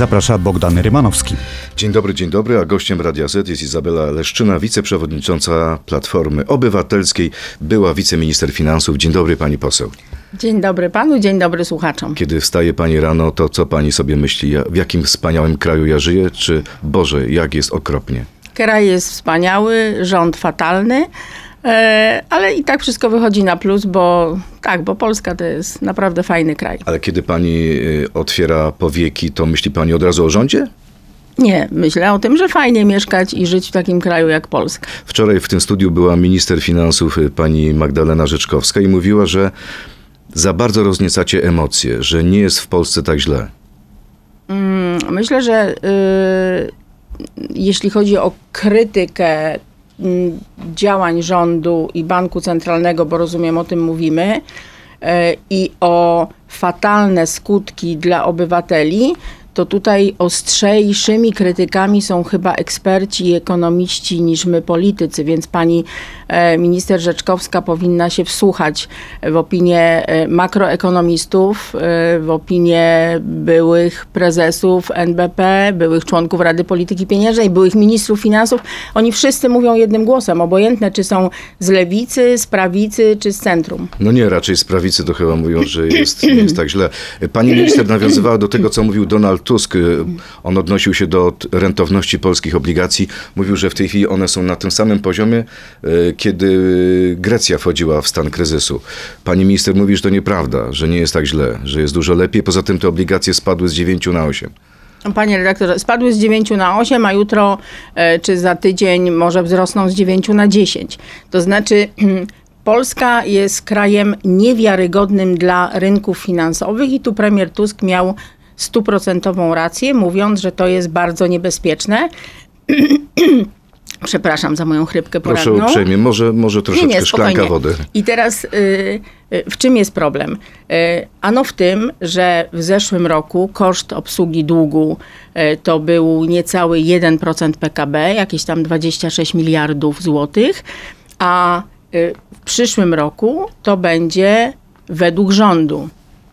Zaprasza Bogdan Rymanowski. Dzień dobry, a gościem Radia Z jest Izabela Leszczyna, wiceprzewodnicząca Platformy Obywatelskiej, była wiceminister finansów. Dzień dobry, pani poseł. Dzień dobry panu, dzień dobry słuchaczom. Kiedy wstaje pani rano, to co pani sobie myśli? W jakim wspaniałym kraju ja żyję? Czy Boże, jak jest okropnie? Kraj jest wspaniały, rząd fatalny, ale i tak wszystko wychodzi na plus, bo Polska to jest naprawdę fajny kraj. Ale kiedy pani otwiera powieki, to myśli pani od razu o rządzie? Nie, myślę o tym, że fajnie mieszkać i żyć w takim kraju jak Polska. Wczoraj w tym studiu była minister finansów pani Magdalena Rzeczkowska i mówiła, że za bardzo rozniecacie emocje, że nie jest w Polsce tak źle. Myślę, że jeśli chodzi o krytykę działań rządu i Banku Centralnego, bo rozumiem, o tym mówimy, i o fatalne skutki dla obywateli, to tutaj ostrzejszymi krytykami są chyba eksperci i ekonomiści niż my politycy, więc pani minister Rzeczkowska powinna się wsłuchać w opinię makroekonomistów, w opinię byłych prezesów NBP, byłych członków Rady Polityki Pieniężnej, byłych ministrów finansów. Oni wszyscy mówią jednym głosem, obojętne czy są z lewicy, z prawicy czy z centrum. No nie, raczej z prawicy to chyba mówią, że nie jest tak źle. Pani minister nawiązywała do tego, co mówił Donald Tusk. On odnosił się do rentowności polskich obligacji. Mówił, że w tej chwili one są na tym samym poziomie, kiedy Grecja wchodziła w stan kryzysu. Pani minister mówi, że to nieprawda, że nie jest tak źle, że jest dużo lepiej. Poza tym te obligacje spadły z 9 na 8. Panie redaktorze, spadły z 9 na 8, a jutro czy za tydzień może wzrosną z 9 na 10. To znaczy Polska jest krajem niewiarygodnym dla rynków finansowych i tu premier Tusk miał 100% rację, mówiąc, że to jest bardzo niebezpieczne. Przepraszam za moją chrypkę poranną. Proszę uprzejmie, może troszeczkę szklanka wody. I teraz w czym jest problem? Ano w tym, że w zeszłym roku koszt obsługi długu to był niecały 1% PKB, jakieś tam 26 miliardów złotych, a w przyszłym roku to będzie według rządu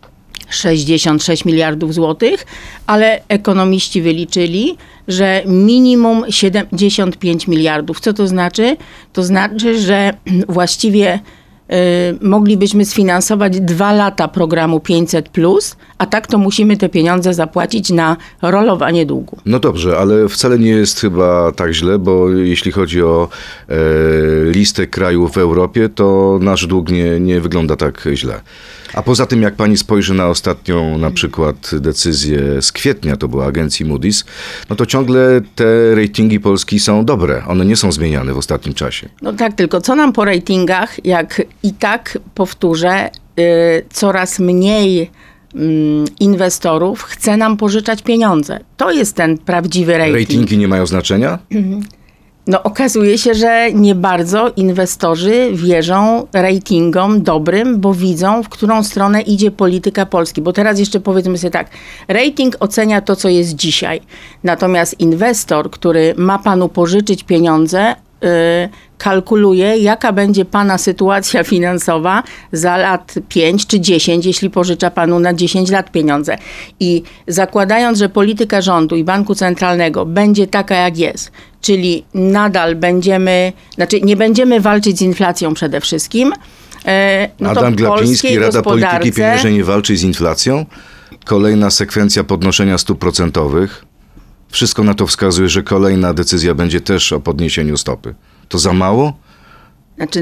66 miliardów złotych, ale ekonomiści wyliczyli, że minimum 75 miliardów. Co to znaczy? To znaczy, że właściwie moglibyśmy sfinansować 2 lata programu 500+, a tak to musimy te pieniądze zapłacić na rolowanie długu. No dobrze, ale wcale nie jest chyba tak źle, bo jeśli chodzi o listę krajów w Europie, to nasz dług nie wygląda tak źle. A poza tym, jak pani spojrzy na ostatnią na przykład decyzję z kwietnia, to była agencji Moody's, no to ciągle te ratingi Polski są dobre. One nie są zmieniane w ostatnim czasie. No tak, tylko co nam po ratingach, jak i tak powtórzę, coraz mniej inwestorów chce nam pożyczać pieniądze. To jest ten prawdziwy rating. Ratingi nie mają znaczenia? No okazuje się, że nie bardzo inwestorzy wierzą ratingom dobrym, bo widzą, w którą stronę idzie polityka Polski. Bo teraz jeszcze powiedzmy sobie tak, rating ocenia to, co jest dzisiaj. Natomiast inwestor, który ma panu pożyczyć pieniądze, kalkuluje, jaka będzie pana sytuacja finansowa za lat 5 czy 10, jeśli pożycza panu na 10 lat pieniądze. I zakładając, że polityka rządu i Banku Centralnego będzie taka, jak jest, czyli nadal nie będziemy walczyć z inflacją przede wszystkim. No Adam Glapiński, Rada Polityki Pieniężnej nie walczy z inflacją. Kolejna sekwencja podnoszenia stóp procentowych. Wszystko na to wskazuje, że kolejna decyzja będzie też o podniesieniu stopy. To za mało? Znaczy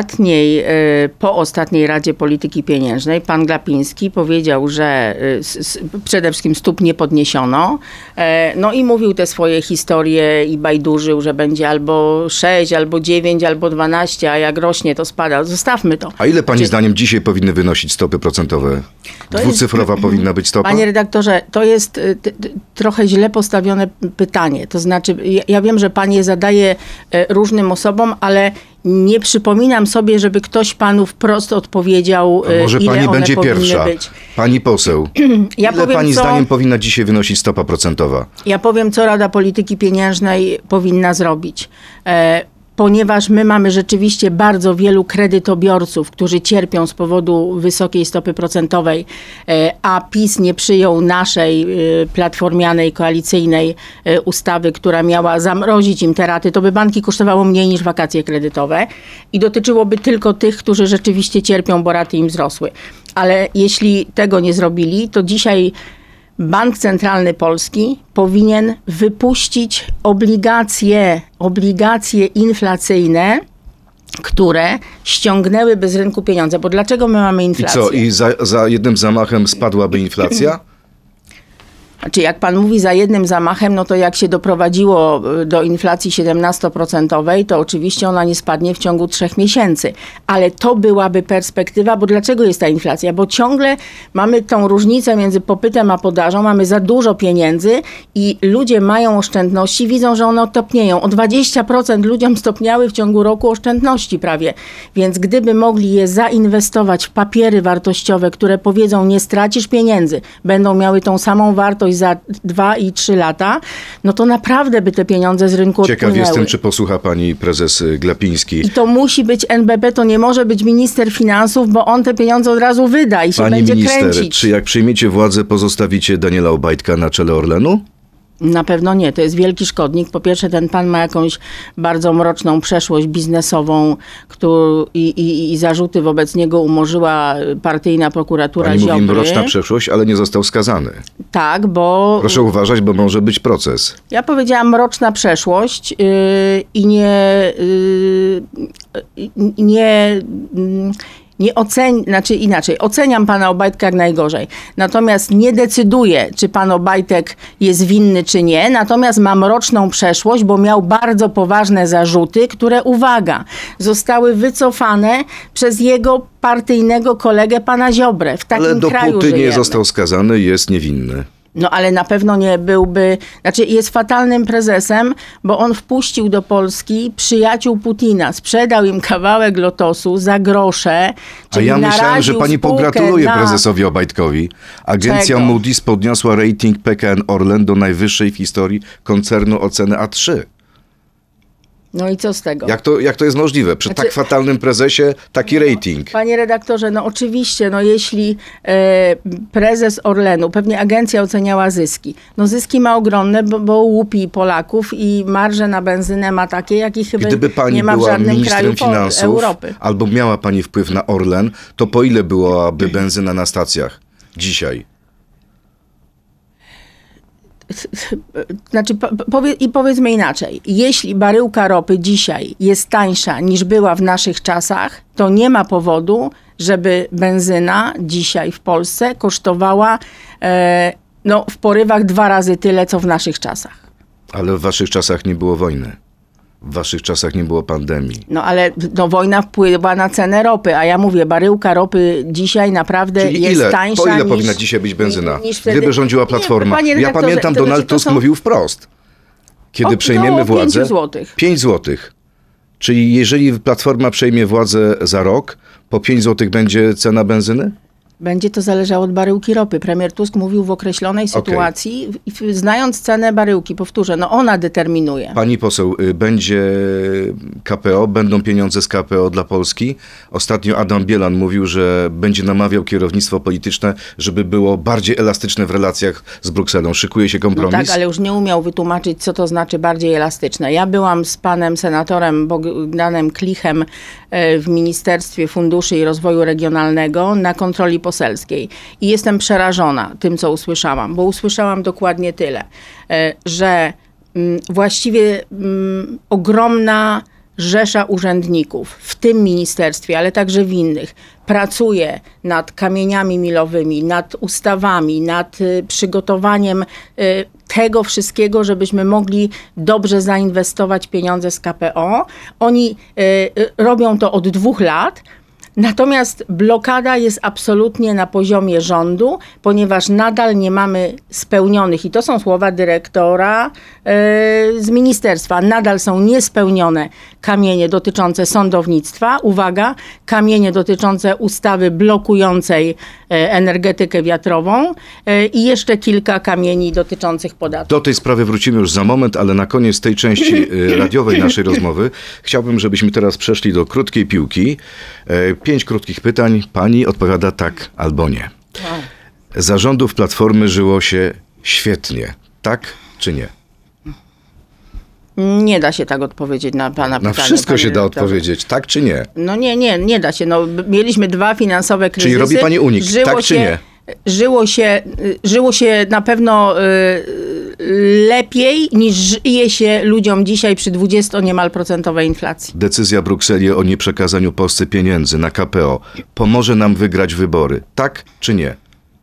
po ostatniej Radzie Polityki Pieniężnej pan Glapiński powiedział, że przede wszystkim stóp nie podniesiono. No i mówił te swoje historie i bajdurzył, że będzie albo 6, albo 9, albo 12, a jak rośnie, to spada. Zostawmy to. A ile pani zdaniem dzisiaj powinny wynosić stopy procentowe? Dwucyfrowa powinna być stopa? Panie redaktorze, to jest trochę źle postawione pytanie. To znaczy, ja wiem, że pan je zadaje różnym osobom, ale nie przypominam sobie, żeby ktoś panu wprost odpowiedział, może ile pani one będzie pierwsza. Być. Pani poseł, ile pani zdaniem powinna dzisiaj wynosić stopa procentowa? Ja powiem, co Rada Polityki Pieniężnej powinna zrobić. ponieważ my mamy rzeczywiście bardzo wielu kredytobiorców, którzy cierpią z powodu wysokiej stopy procentowej, a PiS nie przyjął naszej platformianej, koalicyjnej ustawy, która miała zamrozić im te raty, to by banki kosztowało mniej niż wakacje kredytowe i dotyczyłoby tylko tych, którzy rzeczywiście cierpią, bo raty im wzrosły. Ale jeśli tego nie zrobili, to dzisiaj Bank Centralny Polski powinien wypuścić obligacje inflacyjne, które ściągnęłyby z rynku pieniądze. Bo dlaczego my mamy inflację? I co? I za jednym zamachem spadłaby inflacja? Znaczy, jak pan mówi za jednym zamachem, no to jak się doprowadziło do inflacji 17%, to oczywiście ona nie spadnie w ciągu 3 miesięcy. Ale to byłaby perspektywa, bo dlaczego jest ta inflacja? Bo ciągle mamy tą różnicę między popytem a podażą, mamy za dużo pieniędzy i ludzie mają oszczędności, widzą, że one topnieją. O 20% ludziom stopniały w ciągu roku oszczędności prawie. Więc gdyby mogli je zainwestować w papiery wartościowe, które powiedzą, nie stracisz pieniędzy, będą miały tą samą wartość za 2 i 3 lata, no to naprawdę by te pieniądze z rynku Ciekaw odpłynęły. jestem, czy posłucha pani prezes Glapiński. I to musi być NBP, to nie może być minister finansów, bo on te pieniądze od razu wyda i się Pani będzie minister, kręcić. czy jak przejmiecie władzę, pozostawicie Daniela Obajtka na czele Orlenu? Na pewno nie. To jest wielki szkodnik. Po pierwsze, ten pan ma jakąś bardzo mroczną przeszłość biznesową i zarzuty wobec niego umorzyła partyjna prokuratura Pani Ziobry. mówi mroczna przeszłość, ale nie został skazany. Tak, bo... Proszę uważać, bo może być proces. Ja powiedziałam mroczna przeszłość i oceniam pana Obajtka jak najgorzej. Natomiast nie decyduję, czy pan Obajtek jest winny, czy nie. Natomiast ma mroczną przeszłość, bo miał bardzo poważne zarzuty, które, uwaga, zostały wycofane przez jego partyjnego kolegę pana Ziobrę. W takim Ale kraju dopóty nie żyjemy. został skazany, jest niewinny. No ale na pewno nie byłby, jest fatalnym prezesem, bo on wpuścił do Polski przyjaciół Putina, sprzedał im kawałek Lotosu za grosze. A ja myślałem, że pani pogratuluje prezesowi Obajtkowi. Agencja Czego? Moody's podniosła rating PKN Orlen do najwyższej w historii koncernu oceny A3. No i co z tego? Jak to jest możliwe? Przy tak fatalnym prezesie taki rating. Panie redaktorze, no oczywiście, jeśli prezes Orlenu, pewnie agencja oceniała zyski. No zyski ma ogromne, bo łupi Polaków i marże na benzynę ma takie, jakich chyba Gdyby pani nie ma w była żadnym ministrem kraju finansów, Europy. albo miała pani wpływ na Orlen, to po ile byłaby benzyna na stacjach dzisiaj? Powiedzmy inaczej. Jeśli baryłka ropy dzisiaj jest tańsza niż była w naszych czasach, to nie ma powodu, żeby benzyna dzisiaj w Polsce kosztowała w porywach 2 razy tyle, co w naszych czasach. Ale w waszych czasach nie było wojny. W waszych czasach nie było pandemii. No ale wojna wpływa na cenę ropy, a ja mówię, baryłka ropy dzisiaj naprawdę Czyli jest tańsza po ile niż, powinna dzisiaj być benzyna? niż wtedy. Gdyby rządziła Platforma. Nie, panie Ja redaktorze, pamiętam, Donald Tusk mówił wprost. Kiedy przejmiemy władzę... 5 złotych. 5 złotych. Czyli jeżeli Platforma przejmie władzę za rok, po 5 złotych będzie cena benzyny? Będzie to zależało od baryłki ropy. Premier Tusk mówił w określonej sytuacji, znając cenę baryłki, powtórzę, ona determinuje. Pani poseł, będzie KPO, będą pieniądze z KPO dla Polski. Ostatnio Adam Bielan mówił, że będzie namawiał kierownictwo polityczne, żeby było bardziej elastyczne w relacjach z Brukselą. Szykuje się kompromis? No tak, ale już nie umiał wytłumaczyć, co to znaczy bardziej elastyczne. Ja byłam z panem senatorem Bogdanem Klichem w Ministerstwie Funduszy i Rozwoju Regionalnego na kontroli poselskiej. I jestem przerażona tym, co usłyszałam, bo usłyszałam dokładnie tyle, że właściwie ogromna rzesza urzędników w tym ministerstwie, ale także w innych, pracuje nad kamieniami milowymi, nad ustawami, nad przygotowaniem tego wszystkiego, żebyśmy mogli dobrze zainwestować pieniądze z KPO. Oni robią to od 2 lat. Natomiast blokada jest absolutnie na poziomie rządu, ponieważ nadal nie mamy spełnionych, i to są słowa dyrektora z ministerstwa, nadal są niespełnione kamienie dotyczące sądownictwa. Uwaga, kamienie dotyczące ustawy blokującej energetykę wiatrową i jeszcze kilka kamieni dotyczących podatków. Do tej sprawy wrócimy już za moment, ale na koniec tej części radiowej naszej rozmowy chciałbym, żebyśmy teraz przeszli do krótkiej piłki. 5 krótkich pytań. Pani odpowiada tak albo nie. Za rządów Platformy żyło się świetnie. Tak czy nie? Nie da się tak odpowiedzieć na pana pytanie. Na wszystko się da redaktorze. odpowiedzieć. Tak czy nie? No nie da się. No, mieliśmy 2 finansowe kryzysy. Czyli robi pani unik. Tak czy nie? Żyło się na pewno lepiej niż żyje się ludziom dzisiaj przy 20 niemal procentowej inflacji. Decyzja Brukseli o nieprzekazaniu Polsce pieniędzy na KPO pomoże nam wygrać wybory. Tak czy nie?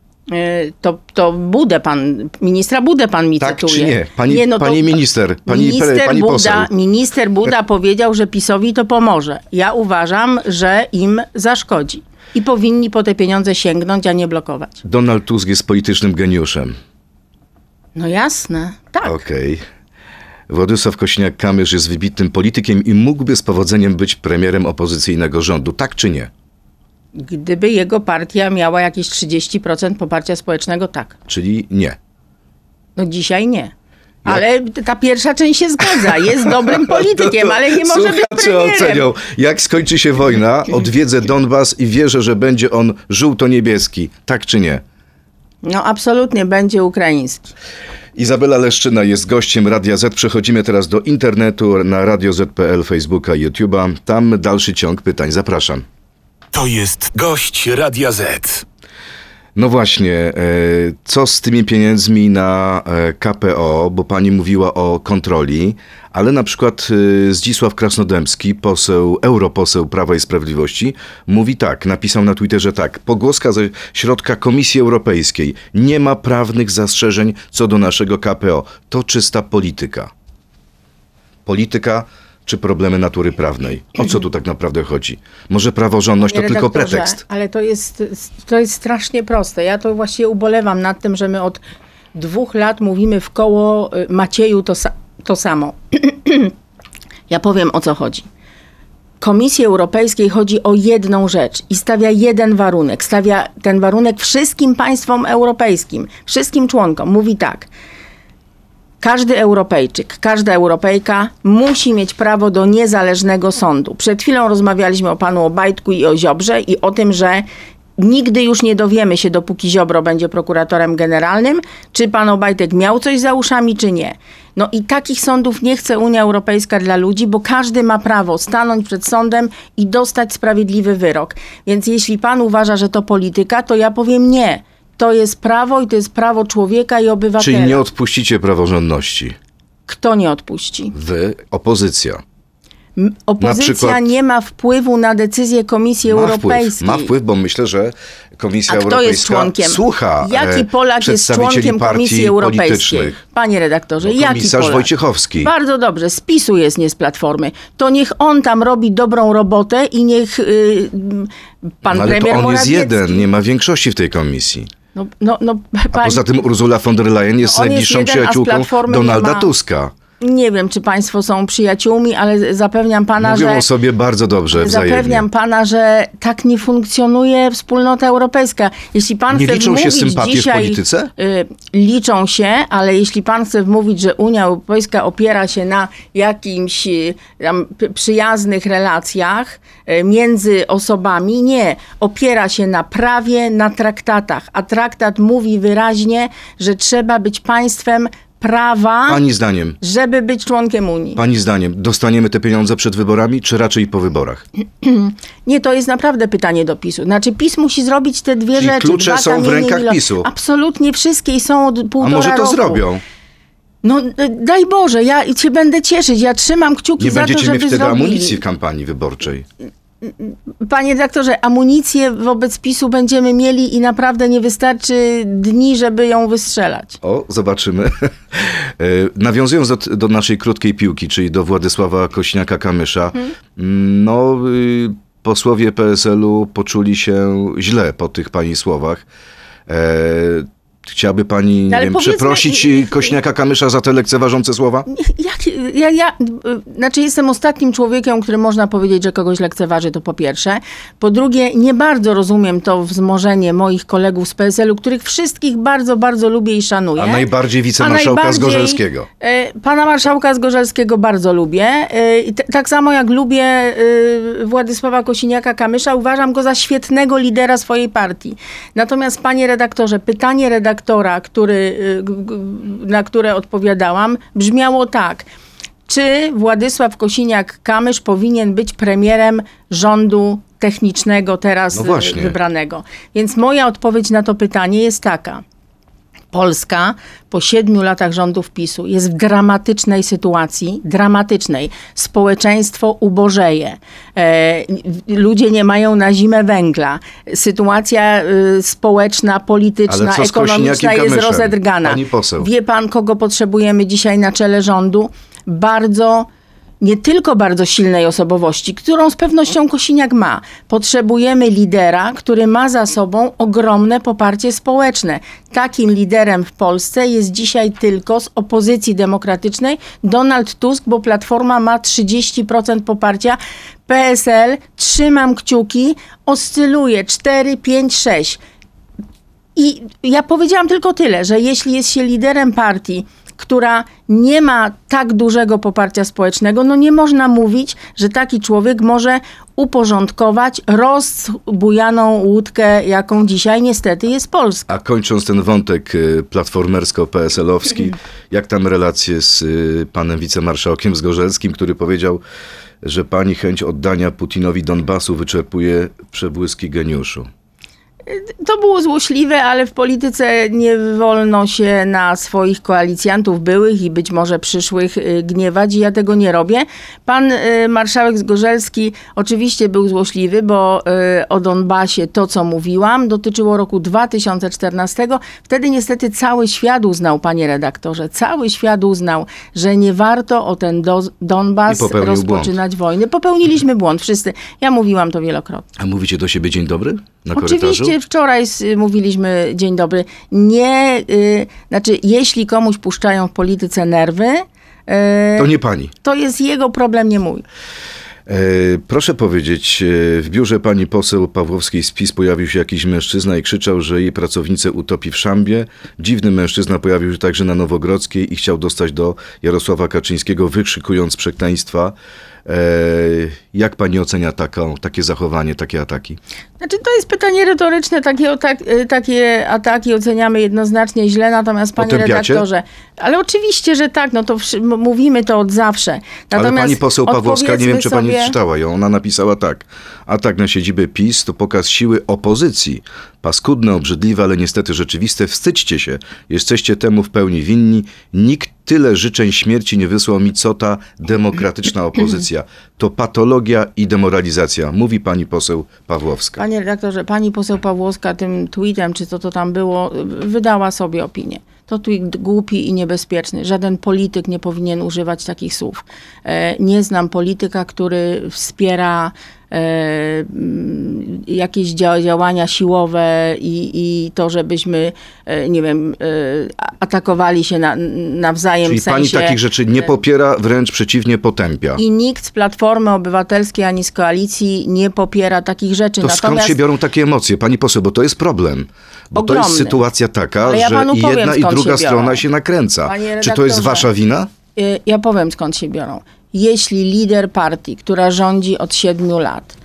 To ministra Budę pan mi Tak cytuje. czy nie? Pani minister, pani poseł. Minister Buda powiedział, że PiS-owi to pomoże. Ja uważam, że im zaszkodzi. I powinni po te pieniądze sięgnąć, a nie blokować. Donald Tusk jest politycznym geniuszem. No jasne, tak. Okej. Władysław Kosiniak-Kamysz jest wybitnym politykiem i mógłby z powodzeniem być premierem opozycyjnego rządu. Tak czy nie? Gdyby jego partia miała jakieś 30% poparcia społecznego, tak. Czyli nie. No dzisiaj nie. Ale ta pierwsza część się zgadza. Jest dobrym politykiem, ale nie może być premierem. Ocenią, jak skończy się wojna, odwiedzę Donbas i wierzę, że będzie on żółto-niebieski. Tak czy nie? No absolutnie będzie ukraiński. Izabela Leszczyna jest gościem Radia Z. Przechodzimy teraz do internetu, na Radio Z.pl, Facebooka i YouTube'a. Tam dalszy ciąg pytań. Zapraszam. To jest gość Radia Z. No właśnie, co z tymi pieniędzmi na KPO, bo pani mówiła o kontroli, ale na przykład Zdzisław Krasnodębski, europoseł Prawa i Sprawiedliwości, mówi tak, napisał na Twitterze tak: pogłoska ze środka Komisji Europejskiej, nie ma prawnych zastrzeżeń co do naszego KPO. To czysta polityka. Polityka czy problemy natury prawnej? O co tu tak naprawdę chodzi? Może praworządność to tylko pretekst? Ale to jest strasznie proste. Ja to właściwie ubolewam nad tym, że my od 2 lat mówimy w koło Macieju to samo. Ja powiem, o co chodzi. Komisji Europejskiej chodzi o jedną rzecz i stawia jeden warunek. Stawia ten warunek wszystkim państwom europejskim, wszystkim członkom. Mówi tak: każdy Europejczyk, każda Europejka musi mieć prawo do niezależnego sądu. Przed chwilą rozmawialiśmy o panu Obajtku i o Ziobrze i o tym, że nigdy już nie dowiemy się, dopóki Ziobro będzie prokuratorem generalnym, czy pan Obajtek miał coś za uszami, czy nie. No i takich sądów nie chce Unia Europejska dla ludzi, bo każdy ma prawo stanąć przed sądem i dostać sprawiedliwy wyrok. Więc jeśli pan uważa, że to polityka, to ja powiem nie. To jest prawo i to jest prawo człowieka i obywatela. Czyli nie odpuścicie praworządności? Kto nie odpuści? Wy, opozycja. Opozycja przykład nie ma wpływu na decyzję Komisji Europejskiej. Ma wpływ, bo myślę, że Komisja A kto Europejska jest członkiem? słucha Jaki Polak jest członkiem Komisji Europejskiej? Panie redaktorze, jaki komisarz Polak? Wojciechowski. Bardzo dobrze, z PiS-u jest, nie z Platformy. To niech on tam robi dobrą robotę i niech pan Ale premier to on jest Morawiecki. jeden, nie ma większości w tej komisji. A poza tym Ursula von der Leyen jest on jest najbliższą jeden, a z przyjaciółką Platformy Donalda nie ma. Tuska. Nie wiem, czy państwo są przyjaciółmi, ale zapewniam pana, Mówią że... o sobie bardzo dobrze, wzajemnie. Zapewniam pana, że tak nie funkcjonuje wspólnota europejska. Jeśli pan Nie chce liczą się wmówić sympatie dzisiaj, w polityce? Liczą się, ale jeśli pan chce wmówić, że Unia Europejska opiera się na jakimś tam przyjaznych relacjach między osobami, nie. Opiera się na prawie, na traktatach. A traktat mówi wyraźnie, że trzeba być państwem prawa, Pani zdaniem, żeby być członkiem Unii. dostaniemy te pieniądze przed wyborami, czy raczej po wyborach? Nie, to jest naprawdę pytanie do PiS-u. Znaczy PiS musi zrobić te dwie Czyli rzeczy. klucze 2 są w kamienie rękach milo. PiS-u. Absolutnie wszystkie i są od 1,5 roku. A może to zrobią? No daj Boże, ja się będę cieszyć. Ja trzymam kciuki Nie za to, będziecie żeby mieć wtedy zrobili. amunicji w kampanii wyborczej. Panie redaktorze, amunicję wobec PiS-u będziemy mieli i naprawdę nie wystarczy dni, żeby ją wystrzelać. O, zobaczymy. Nawiązując do naszej krótkiej piłki, czyli do Władysława Kosiniaka-Kamysza, posłowie PSL-u poczuli się źle po tych pani słowach. Chciałaby pani nie wiem, przeprosić Kosiniaka-Kamysza za te lekceważące słowa? Znaczy jestem ostatnim człowiekiem, który można powiedzieć, że kogoś lekceważy, to po pierwsze. Po drugie, nie bardzo rozumiem to wzmożenie moich kolegów z PSL-u, których wszystkich bardzo, bardzo lubię i szanuję. A najbardziej wicemarszałka Zgorzelskiego. Pana marszałka Zgorzelskiego bardzo lubię. Tak samo jak lubię Władysława Kosiniaka-Kamysza, uważam go za świetnego lidera swojej partii. Natomiast panie redaktorze, pytanie redaktora, na które odpowiadałam, brzmiało tak. Czy Władysław Kosiniak-Kamysz powinien być premierem rządu technicznego teraz wybranego? Więc moja odpowiedź na to pytanie jest taka. Polska po 7 latach rządów PiS-u jest w dramatycznej sytuacji, Społeczeństwo ubożeje. Ludzie nie mają na zimę węgla. Sytuacja społeczna, polityczna, ekonomiczna jest rozedrgana. Pani poseł. Wie pan, kogo potrzebujemy dzisiaj na czele rządu? Nie tylko bardzo silnej osobowości, którą z pewnością Kosiniak ma. Potrzebujemy lidera, który ma za sobą ogromne poparcie społeczne. Takim liderem w Polsce jest dzisiaj tylko z opozycji demokratycznej Donald Tusk, bo Platforma ma 30% poparcia. PSL, trzymam kciuki, oscyluje 4, 5, 6. I ja powiedziałam tylko tyle, że jeśli jest się liderem partii, która nie ma tak dużego poparcia społecznego, no nie można mówić, że taki człowiek może uporządkować rozbujaną łódkę, jaką dzisiaj niestety jest Polska. A kończąc ten wątek platformersko-PSL-owski, jak tam relacje z panem wicemarszałkiem Zgorzelskim, który powiedział, że pani chęć oddania Putinowi Donbasu wyczerpuje przebłyski geniuszu? To było złośliwe, ale w polityce nie wolno się na swoich koalicjantów byłych i być może przyszłych gniewać i ja tego nie robię. Pan marszałek Zgorzelski oczywiście był złośliwy, bo o Donbasie to, co mówiłam, dotyczyło roku 2014. Wtedy niestety cały świat uznał, panie redaktorze, cały świat uznał, że nie warto o ten Donbas rozpoczynać wojny. Popełniliśmy błąd, wszyscy. Ja mówiłam to wielokrotnie. A mówicie do siebie dzień dobry na korytarzu? Oczywiście wczoraj mówiliśmy dzień dobry. Znaczy, jeśli komuś puszczają w polityce nerwy, to nie pani. To jest jego problem, nie mój. Proszę powiedzieć, w biurze pani poseł Pawłowskiej z PiS pojawił się jakiś mężczyzna i krzyczał, że jej pracownicę utopi w szambie. Dziwny mężczyzna pojawił się także na Nowogrodzkiej i chciał dostać do Jarosława Kaczyńskiego, wykrzykując przekleństwa. Jak pani ocenia takie zachowanie, takie ataki? Znaczy, to jest pytanie retoryczne. Takie ataki oceniamy jednoznacznie źle, natomiast panie redaktorze... Ale oczywiście, że tak, no to mówimy to od zawsze. Natomiast ale pani poseł Pawłowska, nie wiem, czy pani sobie... czytała ją, ona napisała tak. Atak na siedzibę PiS to pokaz siły opozycji. Paskudne, obrzydliwe, ale niestety rzeczywiste. Wstydźcie się. Jesteście temu w pełni winni. Nikt tyle życzeń śmierci nie wysłał mi, co ta demokratyczna opozycja. To patologia i demoralizacja, mówi pani poseł Pawłowska. Panie redaktorze, pani poseł Pawłowska tym tweetem, czy co to tam było, wydała sobie opinię. To tweet głupi i niebezpieczny. Żaden polityk nie powinien używać takich słów. Nie znam polityka, który wspiera jakieś działania siłowe i to, żebyśmy, nie wiem, atakowali się nawzajem. Czyli w sensie, pani takich rzeczy nie popiera, wręcz przeciwnie, potępia. I nikt z Platformy Obywatelskiej ani z koalicji nie popiera takich rzeczy. To skąd się biorą takie emocje, pani poseł? Bo to jest problem. Bo ogromny. To jest sytuacja taka, ja że i jedna i druga strona się nakręca. Czy to jest wasza wina? Ja powiem, skąd się biorą. Jeśli lider partii, która rządzi od 7 lat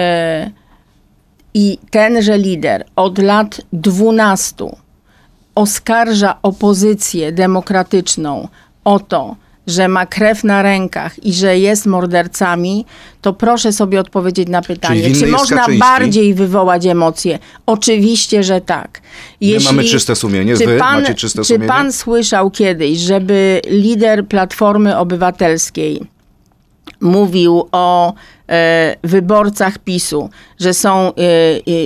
i tenże lider od lat 12 oskarża opozycję demokratyczną o to, że ma krew na rękach i że jest mordercami, to proszę sobie odpowiedzieć na pytanie, czy można bardziej wywołać emocje? Oczywiście, że tak. My mamy czyste sumienie, macie czyste sumienie? Czy pan słyszał kiedyś, żeby lider Platformy Obywatelskiej mówił o wyborcach PiS-u, że są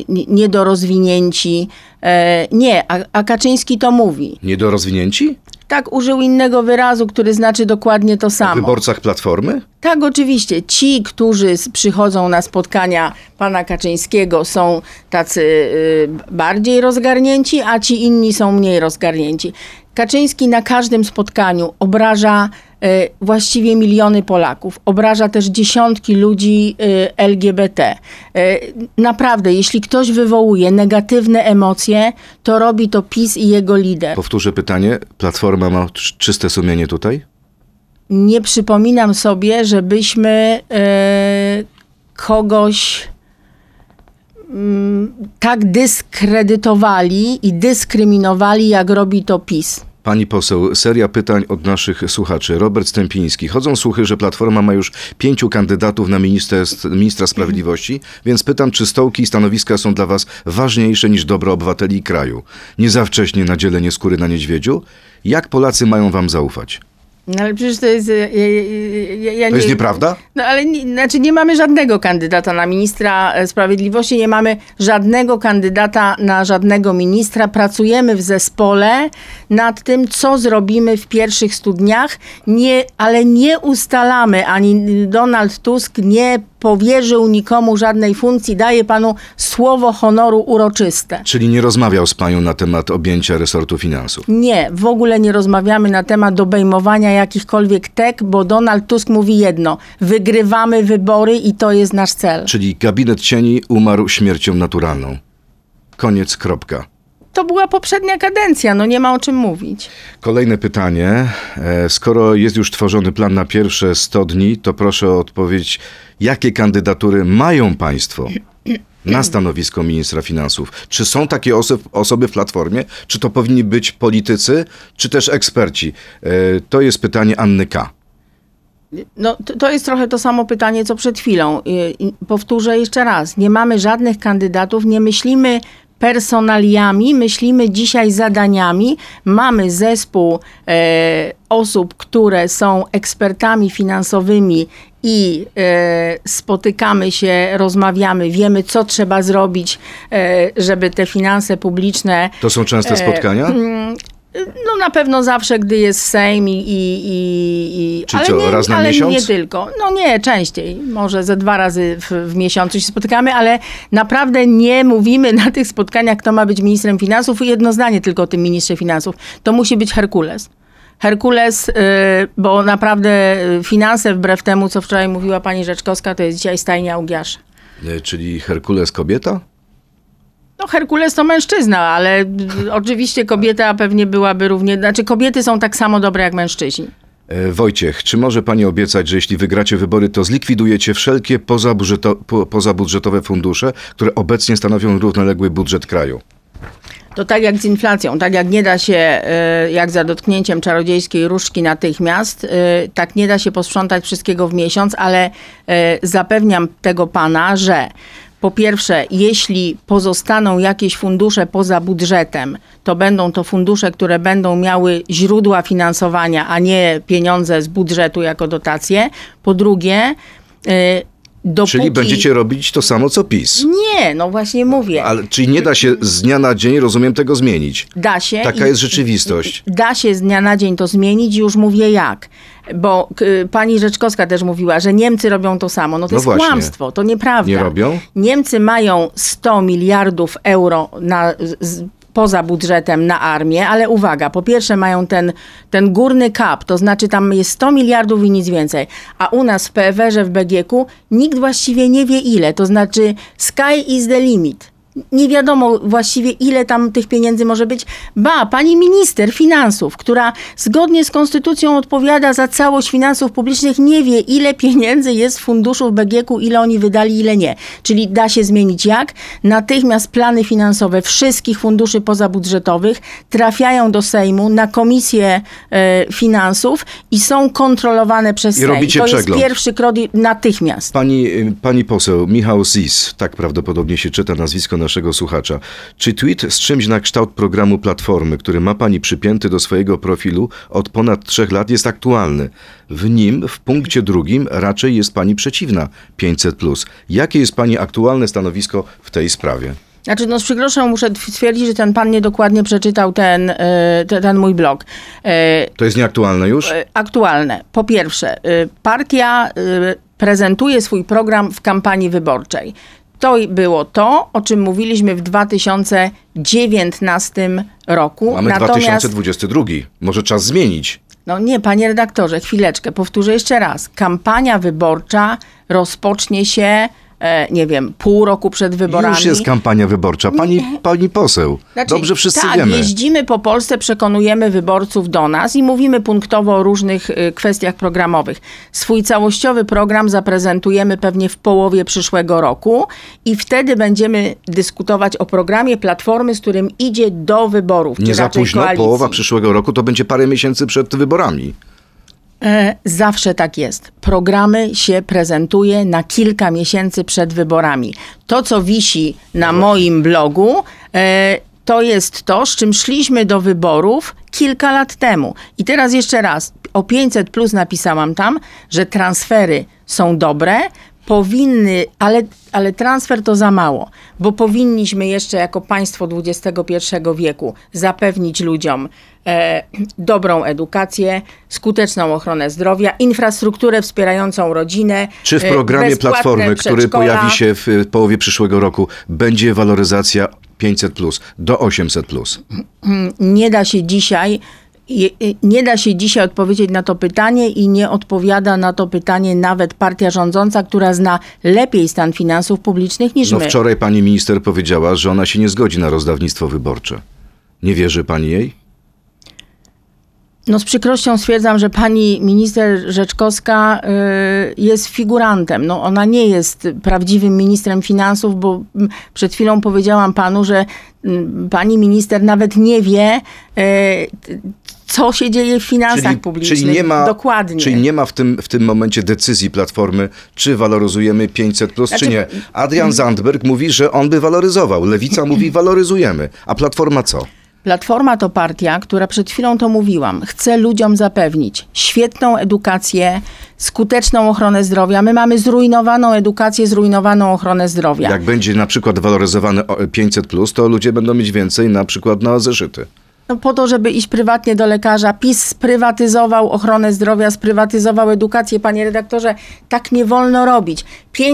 niedorozwinięci? Nie, a Kaczyński to mówi. Niedorozwinięci? tak użył innego wyrazu, który znaczy dokładnie to samo. O wyborcach Platformy? Tak, oczywiście. Ci, którzy przychodzą na spotkania pana Kaczyńskiego, są tacy bardziej rozgarnięci, a ci inni są mniej rozgarnięci. Kaczyński na każdym spotkaniu obraża właściwie miliony Polaków. Obraża też dziesiątki ludzi LGBT. Naprawdę, jeśli ktoś wywołuje negatywne emocje, to robi to PiS i jego lider. Powtórzę pytanie. Platforma ma czyste sumienie tutaj? Nie przypominam sobie, żebyśmy kogoś tak dyskredytowali i dyskryminowali, jak robi to PiS. Pani poseł, seria pytań od naszych słuchaczy. Robert Stępiński. Chodzą słuchy, że Platforma ma już 5 kandydatów na ministra sprawiedliwości, więc pytam, czy stołki i stanowiska są dla was ważniejsze niż dobro obywateli i kraju? Nie za wcześnie na dzielenie skóry na niedźwiedziu? Jak Polacy mają wam zaufać? No ale przecież to jest... To jest nieprawda? No ale nie mamy żadnego kandydata na ministra sprawiedliwości, nie mamy żadnego kandydata na żadnego ministra. Pracujemy w zespole nad tym, co zrobimy w pierwszych 100 dniach, ale nie ustalamy, ani Donald Tusk nie powierzył nikomu żadnej funkcji, daje panu słowo honoru uroczyste. Czyli nie rozmawiał z panią na temat objęcia resortu finansów? Nie, w ogóle nie rozmawiamy na temat obejmowania jakichkolwiek tek, bo Donald Tusk mówi jedno: wygrywamy wybory i to jest nasz cel. Czyli gabinet cieni umarł śmiercią naturalną. Koniec, kropka. To była poprzednia kadencja, no nie ma o czym mówić. Kolejne pytanie. Skoro jest już tworzony plan na pierwsze 100 dni, to proszę o odpowiedź, jakie kandydatury mają państwo na stanowisko ministra finansów? Czy są takie osoby w Platformie? Czy to powinni być politycy, czy też eksperci? To jest pytanie Anny K. No, to jest trochę to samo pytanie, co przed chwilą. Powtórzę jeszcze raz. Nie mamy żadnych kandydatów, nie myślimy personaliami, myślimy dzisiaj zadaniami. Mamy zespół osób, które są ekspertami finansowymi i spotykamy się, rozmawiamy, wiemy, co trzeba zrobić, żeby te finanse publiczne... To są częste spotkania? No na pewno zawsze, gdy jest Sejm Czy ale co, nie, raz na ale miesiąc? nie tylko. No nie, częściej. Może ze 2 razy w miesiącu się spotykamy, ale naprawdę nie mówimy na tych spotkaniach, kto ma być ministrem finansów i jedno zdanie tylko o tym ministrze finansów. To musi być Herkules. Herkules, bo naprawdę finanse, wbrew temu, co wczoraj mówiła pani Rzeczkowska, to jest dzisiaj stajnia Ugiasza. Czyli Herkules kobieta? No Herkules to mężczyzna, ale oczywiście kobieta pewnie byłaby równie... Znaczy kobiety są tak samo dobre jak mężczyźni. Wojciech, czy może pani obiecać, że jeśli wygracie wybory, to zlikwidujecie wszelkie pozabudżetowe fundusze, które obecnie stanowią równoległy budżet kraju? To tak jak z inflacją, tak jak nie da się, jak za dotknięciem czarodziejskiej różdżki natychmiast, tak nie da się posprzątać wszystkiego w miesiąc, ale zapewniam tego pana, że po pierwsze, jeśli pozostaną jakieś fundusze poza budżetem, to będą to fundusze, które będą miały źródła finansowania, a nie pieniądze z budżetu jako dotacje. Po drugie, Czyli będziecie robić to samo, co PiS? Nie, no właśnie mówię. Czyli nie da się z dnia na dzień, rozumiem, tego zmienić? Da się. Taka jest rzeczywistość. Da się z dnia na dzień to zmienić, już mówię jak. Bo pani Rzeczkowska też mówiła, że Niemcy robią to samo. No to jest właśnie. Kłamstwo, to nieprawda. Nie robią? Niemcy mają 100 miliardów euro poza budżetem na armię, ale uwaga, po pierwsze mają ten górny cap, to znaczy tam jest 100 miliardów i nic więcej, a u nas w PFR-ze, w BGK-u nikt właściwie nie wie ile, to znaczy sky is the limit. Nie wiadomo właściwie, ile tam tych pieniędzy może być. Pani minister finansów, która zgodnie z konstytucją odpowiada za całość finansów publicznych, nie wie, ile pieniędzy jest w funduszu w BGK-u, ile oni wydali, ile nie. Czyli da się zmienić jak? Natychmiast plany finansowe wszystkich funduszy pozabudżetowych trafiają do Sejmu na Komisję Finansów i są kontrolowane przez Sejm. Robicie to przegląd. jest pierwszy krok natychmiast. Pani poseł, Michał Zis, tak prawdopodobnie się czyta nazwisko naszego słuchacza. Czy tweet z czymś na kształt programu Platformy, który ma pani przypięty do swojego profilu od ponad 3 lat, jest aktualny? W nim, w punkcie 2, raczej jest pani przeciwna 500+. Jakie jest pani aktualne stanowisko w tej sprawie? Znaczy, z przykrością muszę stwierdzić, że ten pan niedokładnie przeczytał ten mój blog. To jest nieaktualne już? Aktualne. Po pierwsze, partia prezentuje swój program w kampanii wyborczej. To było to, o czym mówiliśmy w 2019 roku. Mamy 2022. Może czas zmienić. No nie, panie redaktorze, chwileczkę, powtórzę jeszcze raz. Kampania wyborcza rozpocznie się, nie wiem, pół roku przed wyborami. Już jest kampania wyborcza. Pani poseł, dobrze wszyscy tak, wiemy. Jeździmy po Polsce, przekonujemy wyborców do nas i mówimy punktowo o różnych kwestiach programowych. Swój całościowy program zaprezentujemy pewnie w połowie przyszłego roku i wtedy będziemy dyskutować o programie Platformy, z którym idzie do wyborów. Nie za późno, koalicji. Połowa przyszłego roku to będzie parę miesięcy przed wyborami. Zawsze tak jest. Programy się prezentuje na kilka miesięcy przed wyborami. To, co wisi na moim blogu, to jest to, z czym szliśmy do wyborów kilka lat temu. I teraz jeszcze raz, o 500+ napisałam tam, że transfery są dobre, powinny, ale transfer to za mało, bo powinniśmy jeszcze jako państwo XXI wieku zapewnić ludziom dobrą edukację, skuteczną ochronę zdrowia, infrastrukturę wspierającą rodzinę. Czy w programie Platformy, który pojawi się w połowie przyszłego roku, będzie waloryzacja 500+ do 800+? Nie da się dzisiaj odpowiedzieć na to pytanie i nie odpowiada na to pytanie nawet partia rządząca, która zna lepiej stan finansów publicznych niż my. Wczoraj pani minister powiedziała, że ona się nie zgodzi na rozdawnictwo wyborcze. Nie wierzy pani jej? Z przykrością stwierdzam, że pani minister Rzeczkowska jest figurantem. Ona nie jest prawdziwym ministrem finansów, bo przed chwilą powiedziałam panu, że pani minister nawet nie wie, co się dzieje w finansach publicznych. Dokładnie. Czyli nie ma w tym momencie decyzji Platformy, czy waloryzujemy 500+, czy nie. Adrian Zandberg mówi, że on by waloryzował. Lewica mówi, waloryzujemy. A Platforma co? Platforma to partia, która przed chwilą to mówiłam, chce ludziom zapewnić świetną edukację, skuteczną ochronę zdrowia. My mamy zrujnowaną edukację, zrujnowaną ochronę zdrowia. Jak będzie na przykład waloryzowane 500+, to ludzie będą mieć więcej na przykład na zeszyty. Po to, żeby iść prywatnie do lekarza. PiS sprywatyzował ochronę zdrowia, sprywatyzował edukację. Panie redaktorze, tak nie wolno robić.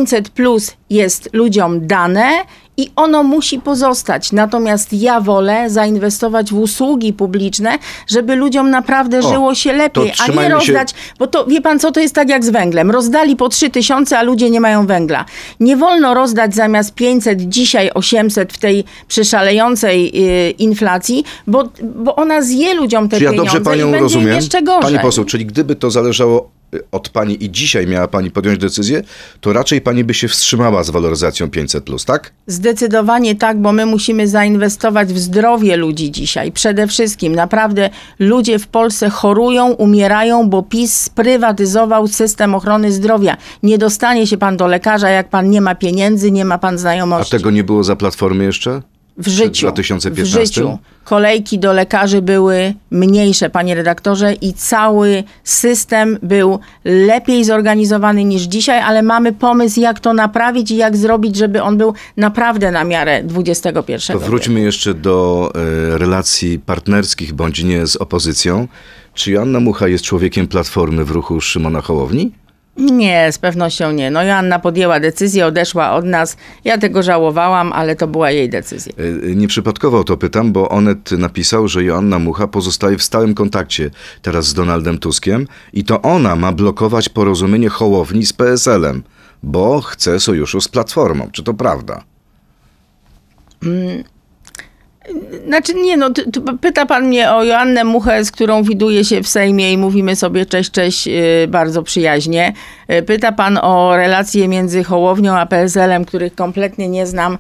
500+ jest ludziom dane i ono musi pozostać. Natomiast ja wolę zainwestować w usługi publiczne, żeby ludziom naprawdę żyło się lepiej, a nie rozdać, bo to, wie pan co, to jest tak jak z węglem. Rozdali po 3000, a ludzie nie mają węgla. Nie wolno rozdać zamiast 500, dzisiaj 800 w tej przeszalejącej inflacji, bo ona zje ludziom te pieniądze dobrze panią i będzie rozumiem, jeszcze gorzej. Pani poseł, czyli gdyby to zależało od pani i dzisiaj miała pani podjąć decyzję, to raczej pani by się wstrzymała z waloryzacją 500+, tak? Zdecydowanie tak, bo my musimy zainwestować w zdrowie ludzi dzisiaj. Przede wszystkim naprawdę ludzie w Polsce chorują, umierają, bo PiS sprywatyzował system ochrony zdrowia. Nie dostanie się pan do lekarza, jak pan nie ma pieniędzy, nie ma pan znajomości. A tego nie było za Platformy jeszcze? W życiu. 2015? W życiu. Kolejki do lekarzy były mniejsze, panie redaktorze, i cały system był lepiej zorganizowany niż dzisiaj, ale mamy pomysł, jak to naprawić i jak zrobić, żeby on był naprawdę na miarę XXI wieku. To wróćmy jeszcze do relacji partnerskich bądź nie z opozycją. Czy Joanna Mucha jest człowiekiem Platformy w ruchu Szymona Hołowni? Nie, z pewnością nie. Joanna podjęła decyzję, odeszła od nas. Ja tego żałowałam, ale to była jej decyzja. Nieprzypadkowo to pytam, bo Onet napisał, że Joanna Mucha pozostaje w stałym kontakcie teraz z Donaldem Tuskiem i to ona ma blokować porozumienie Hołowni z PSL-em, bo chce sojuszu z Platformą. Czy to prawda? Znaczy nie, pyta pan mnie o Joannę Muchę, z którą widuję się w Sejmie i mówimy sobie cześć, bardzo przyjaźnie. Pyta pan o relacje między Hołownią a PSL-em, których kompletnie nie znam.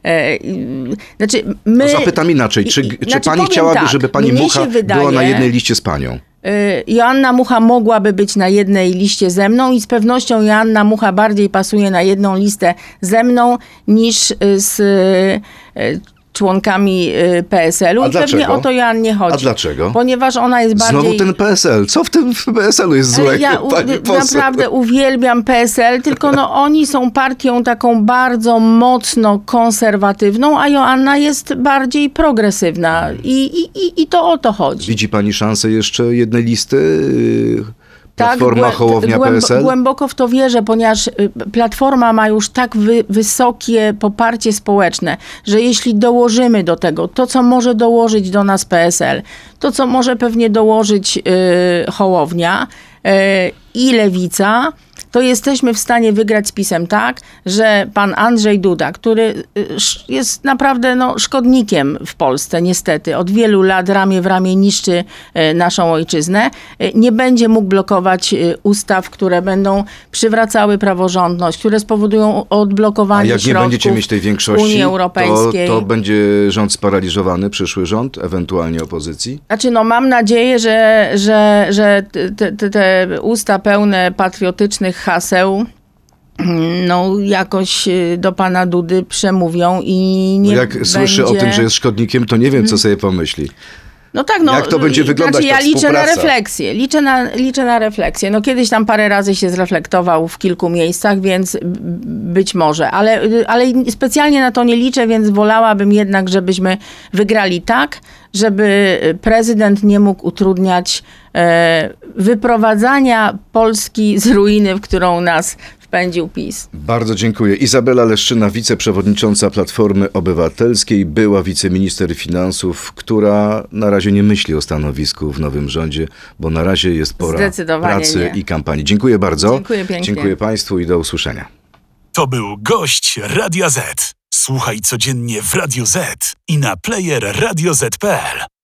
Zapytam inaczej. Czy pani chciałaby, żeby pani Mucha była na jednej liście z panią? Joanna Mucha mogłaby być na jednej liście ze mną i z pewnością Joanna Mucha bardziej pasuje na jedną listę ze mną niż z członkami PSL-u A i pewnie dlaczego? o to Joannie chodzi. A dlaczego? Ponieważ ona jest bardziej... Znowu ten PSL. Co w tym PSL-u jest złego, pani poseł? Naprawdę uwielbiam PSL, tylko no oni są partią taką bardzo mocno konserwatywną, a Joanna jest bardziej progresywna i to o to chodzi. Widzi pani szansę jeszcze jednej listy? Platforma, Hołownia, PSL? Głęboko w to wierzę, ponieważ Platforma ma już tak wysokie poparcie społeczne, że jeśli dołożymy do tego to, co może dołożyć do nas PSL, to, co może pewnie dołożyć Hołownia i Lewica, to jesteśmy w stanie wygrać z PiS-em tak, że pan Andrzej Duda, który jest naprawdę szkodnikiem w Polsce, niestety, od wielu lat ramię w ramię niszczy naszą ojczyznę, nie będzie mógł blokować ustaw, które będą przywracały praworządność, które spowodują odblokowanie środków A jak nie będziecie mieć tej większości, Unii Europejskiej. to będzie rząd sparaliżowany, przyszły rząd, ewentualnie opozycji? Znaczy, mam nadzieję, że te usta pełne patriotycznych haseł jakoś do pana Dudy przemówią i nie Jak będzie... słyszę o tym, że jest szkodnikiem, to nie wiem, co sobie pomyśli. No tak, Jak to będzie wyglądać ja ta liczę na współpraca? refleksję. Liczę na refleksję. Kiedyś tam parę razy się zreflektował w kilku miejscach, więc być może. Ale specjalnie na to nie liczę, więc wolałabym jednak, żebyśmy wygrali tak, żeby prezydent nie mógł utrudniać wyprowadzania Polski z ruiny, w którą nas wpędził PiS. Bardzo dziękuję. Izabela Leszczyna, wiceprzewodnicząca Platformy Obywatelskiej, była wiceminister finansów, która na razie nie myśli o stanowisku w nowym rządzie, bo na razie jest pora pracy i kampanii. Dziękuję bardzo. Dziękuję pięknie. Dziękuję państwu i do usłyszenia. To był gość Radia Z. Słuchaj codziennie w Radio Z i na player radioz.pl.